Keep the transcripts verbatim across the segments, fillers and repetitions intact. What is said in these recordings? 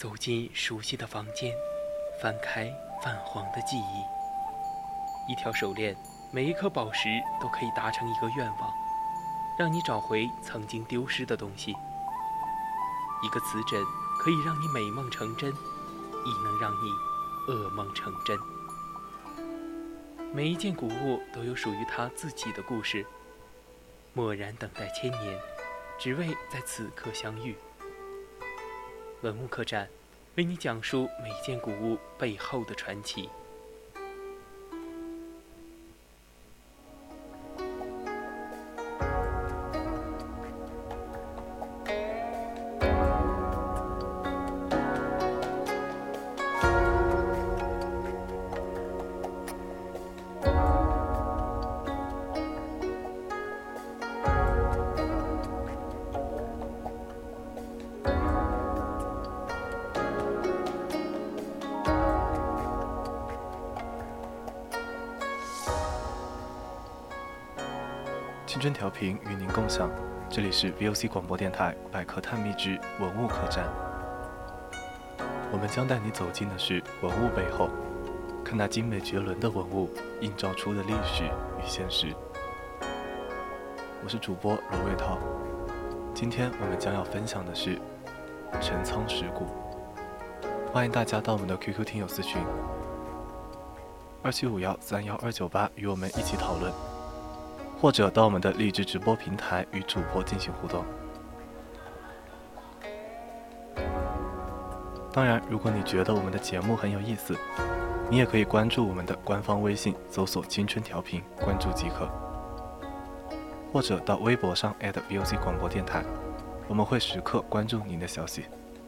走进熟悉的房间，翻开泛黄的记忆。一条手链，每一颗宝石都可以达成一个愿望，让你找回曾经丢失的东西。一个瓷枕可以让你美梦成真，亦能让你噩梦成真。每一件古物都有属于它自己的故事，默然等待千年，只为在此刻相遇。文物客栈为你讲述每件古物背后的传奇。 青春调频与您共享，这里是 V O C 广播电台百科探秘之文物客栈。我们将带你走进的是文物背后，看那精美绝伦的文物映照出的历史与现实。我是主播罗卫涛，今天我们将要分享的是陈仓石鼓。欢迎大家到我们的 Q Q 听友私群二七五幺三幺二九八与我们一起讨论，或者到我们的荔枝直播平台与主播进行互动。当然，如果你觉得我们的节目很有意思，你也可以关注我们的官方微信，搜索青春调频，关注即可。或者到微博上 at V O C 广播电台，我们会时刻关注您的消息。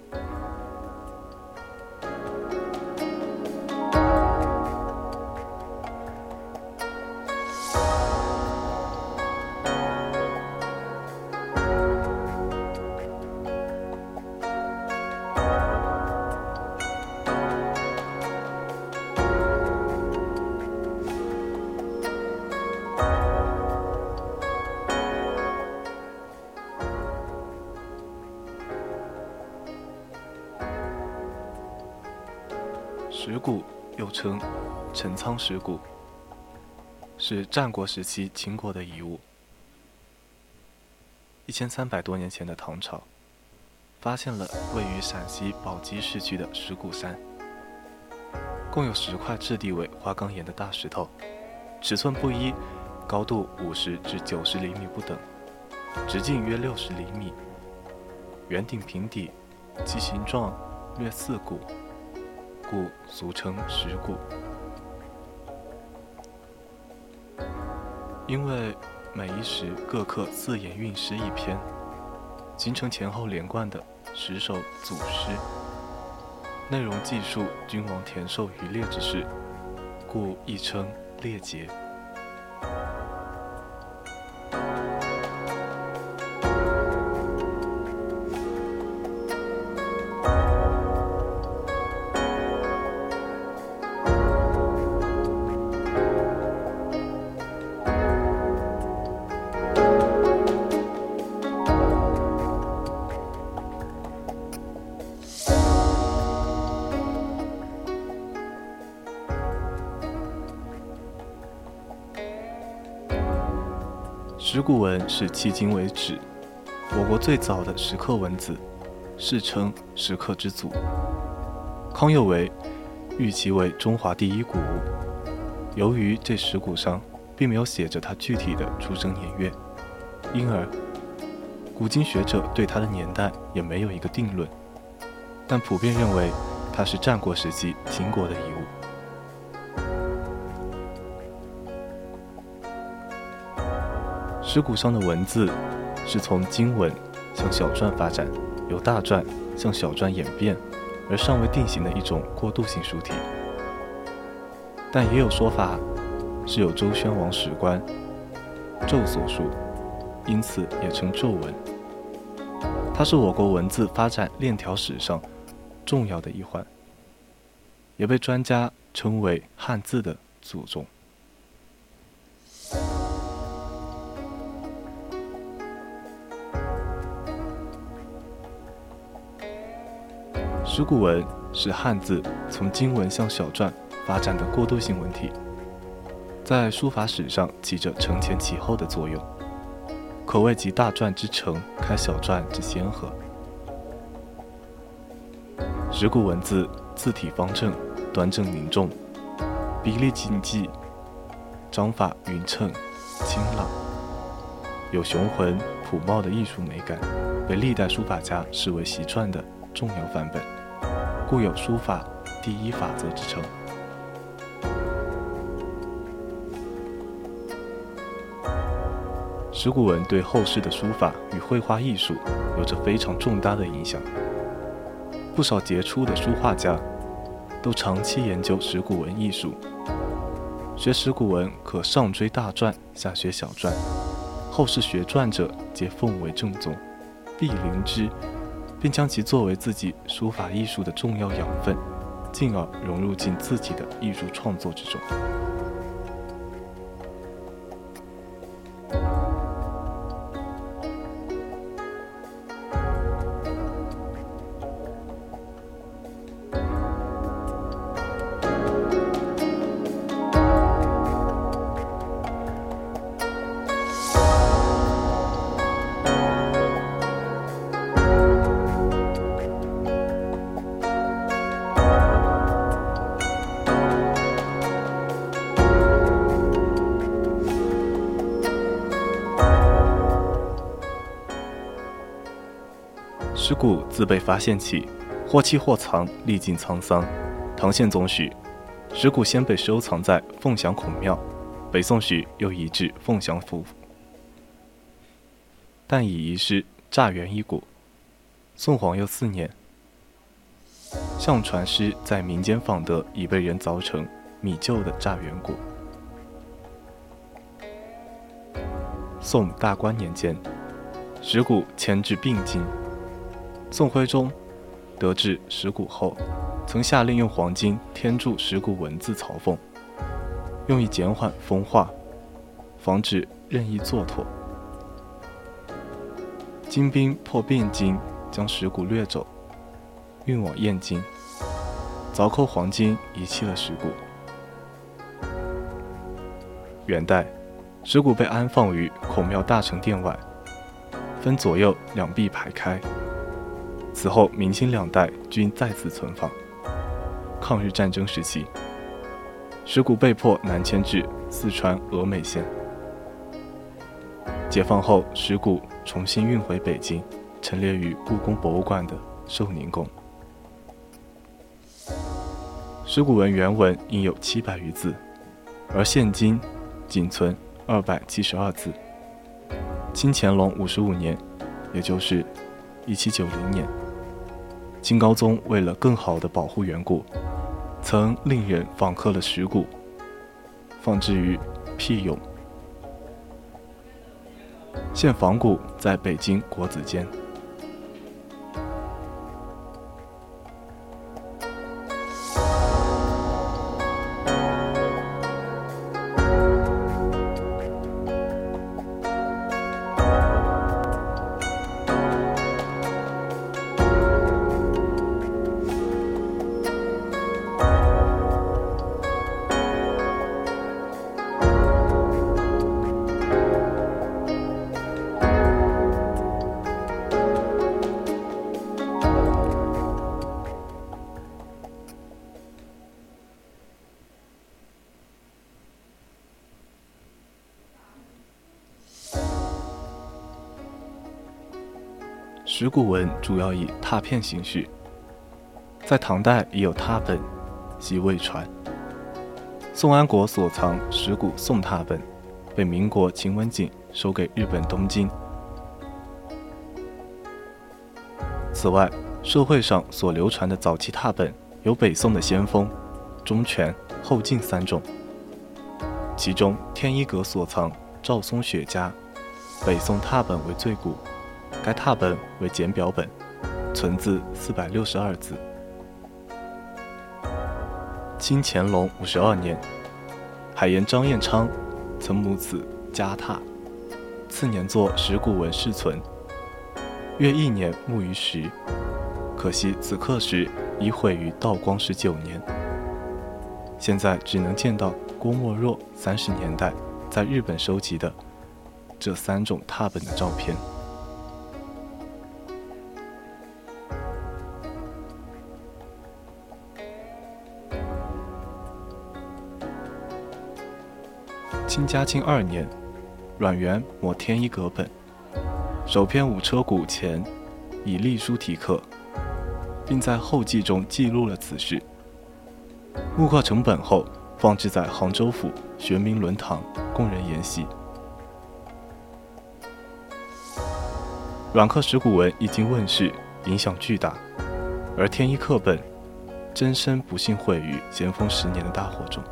石鼓又称陈仓石鼓，是战国时期秦国的遗物。一千三百多年前的唐朝，发现了位于陕西宝鸡市区的石鼓山，共有十块质地为花岗岩的大石头，尺寸不一，高度五十至九十厘米不等，直径约六十厘米，圆顶平底，其形状略似鼓，故俗称石鼓。因为每一石各刻四言韵诗一篇，形成前后连贯的十首组诗，内容记述君王田兽渔猎之事，故亦称猎节。石鼓文是迄今为止我国最早的石刻文字，世称石刻之祖。康有为誉其为中华第一古物。由于这石鼓上并没有写着它具体的出生年月，因而古今学者对它的年代也没有一个定论，但普遍认为它是战国时期秦国的遗物。石鼓上的文字是从经文向小篆发展，由大篆向小篆演变，而尚未定型的一种过渡性书体。但也有说法是由周宣王史官纣所书，因此也称纣文。它是我国文字发展链条史上重要的一环，也被专家称为汉字的祖宗。 石鼓文是汉字从经文向小篆发展的过渡性文体，在书法史上起着承前启后的作用，可谓集大篆之成，开小篆之先河。石鼓文字字体方正，端正凝重，比例精细，章法匀称清朗，有雄浑朴茂的艺术美感，被历代书法家视为习篆的重要范本，故有书法第一法则之称。石鼓文对后世的书法与绘画艺术有着非常重大的影响，不少杰出的书画家都长期研究石鼓文艺术。学石鼓文可上追大篆，下学小篆，后世学篆者皆奉为正宗，必临之，并将其作为自己书法艺术的重要养分，进而融入进自己的艺术创作之中。石鼓自被发现起，或栖或藏，历尽沧桑。唐宪宗时，石鼓先被收藏在凤翔孔庙，北宋时又移至凤翔府，但已遗失乍元一鼓。宋皇佑四年，相传师在民间访得已被人凿成米旧的乍元鼓。宋大观年间，石鼓迁至并京。宋徽宗得知石鼓后，曾下令用黄金添注石鼓文字槽缝，用以减缓风化，防止任意作拓。金兵破汴京，将石鼓掠走，运往燕京，凿扣黄金，遗弃了石鼓。元代，石鼓被安放于孔庙大成殿外，分左右两壁排开。此后，明清两代均再次存放。抗日战争时期，石鼓被迫南迁至四川峨眉县。解放后，石鼓重新运回北京，陈列于故宫博物馆的寿宁宫。石鼓文原文应有七百余字，而现今仅存二百七十二字。清乾隆五十五年，也就是一七九零年，清高宗为了更好地保护元鼓，曾令人仿刻了石鼓，放置于辟永。现仿鼓在北京国子监。石鼓文主要以拓片形式，在唐代已有拓本，系未传。宋安国所藏石鼓宋拓本，被民国秦文景收给日本东京。此外，社会上所流传的早期拓本有北宋的先锋、中权、后晋三种，其中天一阁所藏赵松雪家北宋拓本为最古，该拓本为简表本，存字四百六十二字。清乾隆五十二年，海盐张彦昌曾母子家拓，次年作石鼓文世存，约一年木于石，可可惜此刻时已毁于道光十九年。现在只能见到郭沫若三十年代在日本收集的这三种拓本的照片。清嘉庆二年，阮元摹天一阁本，首篇五车鼓前以隶书题刻，并在后记中记录了此事。木刻成本后，放置在杭州府学明伦堂，供人研习。阮刻石鼓文一经问世，影响巨大，而天一刻本真身不幸毁于咸丰十年的大火中。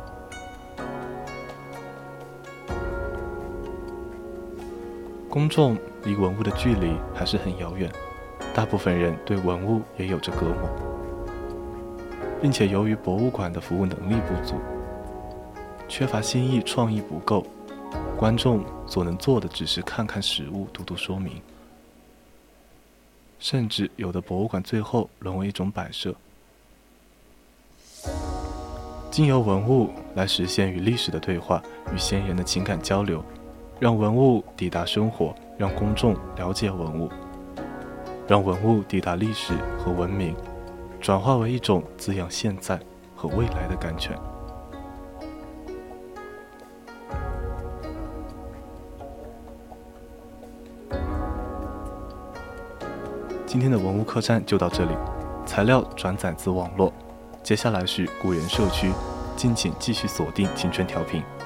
公众离文物的距离还是很遥远，大部分人对文物也有着隔膜，并且由于博物馆的服务能力不足，缺乏新意创意不够，观众所能做的只是看看实物，读读说明，甚至有的博物馆最后沦为一种摆设。经由文物来实现与历史的对话，与先人的情感交流，让文物抵达生活，让公众了解文物，让文物抵达历史和文明，转化为一种滋养现在和未来的甘泉。今天的文物客栈就到这里，材料转载自网络。接下来是古人社区，敬请继续锁定青春调频。